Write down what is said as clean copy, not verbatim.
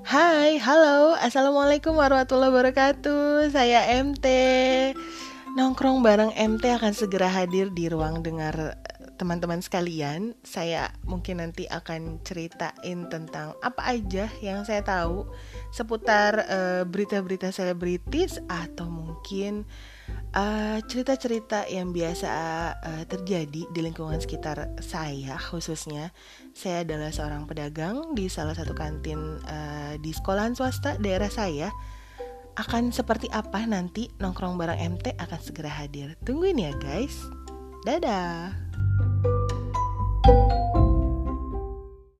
Hai, halo, assalamualaikum warahmatullahi wabarakatuh. Saya MT. Nongkrong bareng MT akan segera hadir di ruang dengar teman-teman sekalian. Saya mungkin nanti akan ceritain tentang apa aja yang saya tahu seputar berita-berita selebritis atau mungkin cerita-cerita yang biasa terjadi di lingkungan sekitar saya khususnya. Saya adalah seorang pedagang di salah satu kantin di sekolahan swasta daerah saya. Akan seperti apa nanti nongkrong bareng MT akan segera hadir. Tungguin ya guys. Dadah.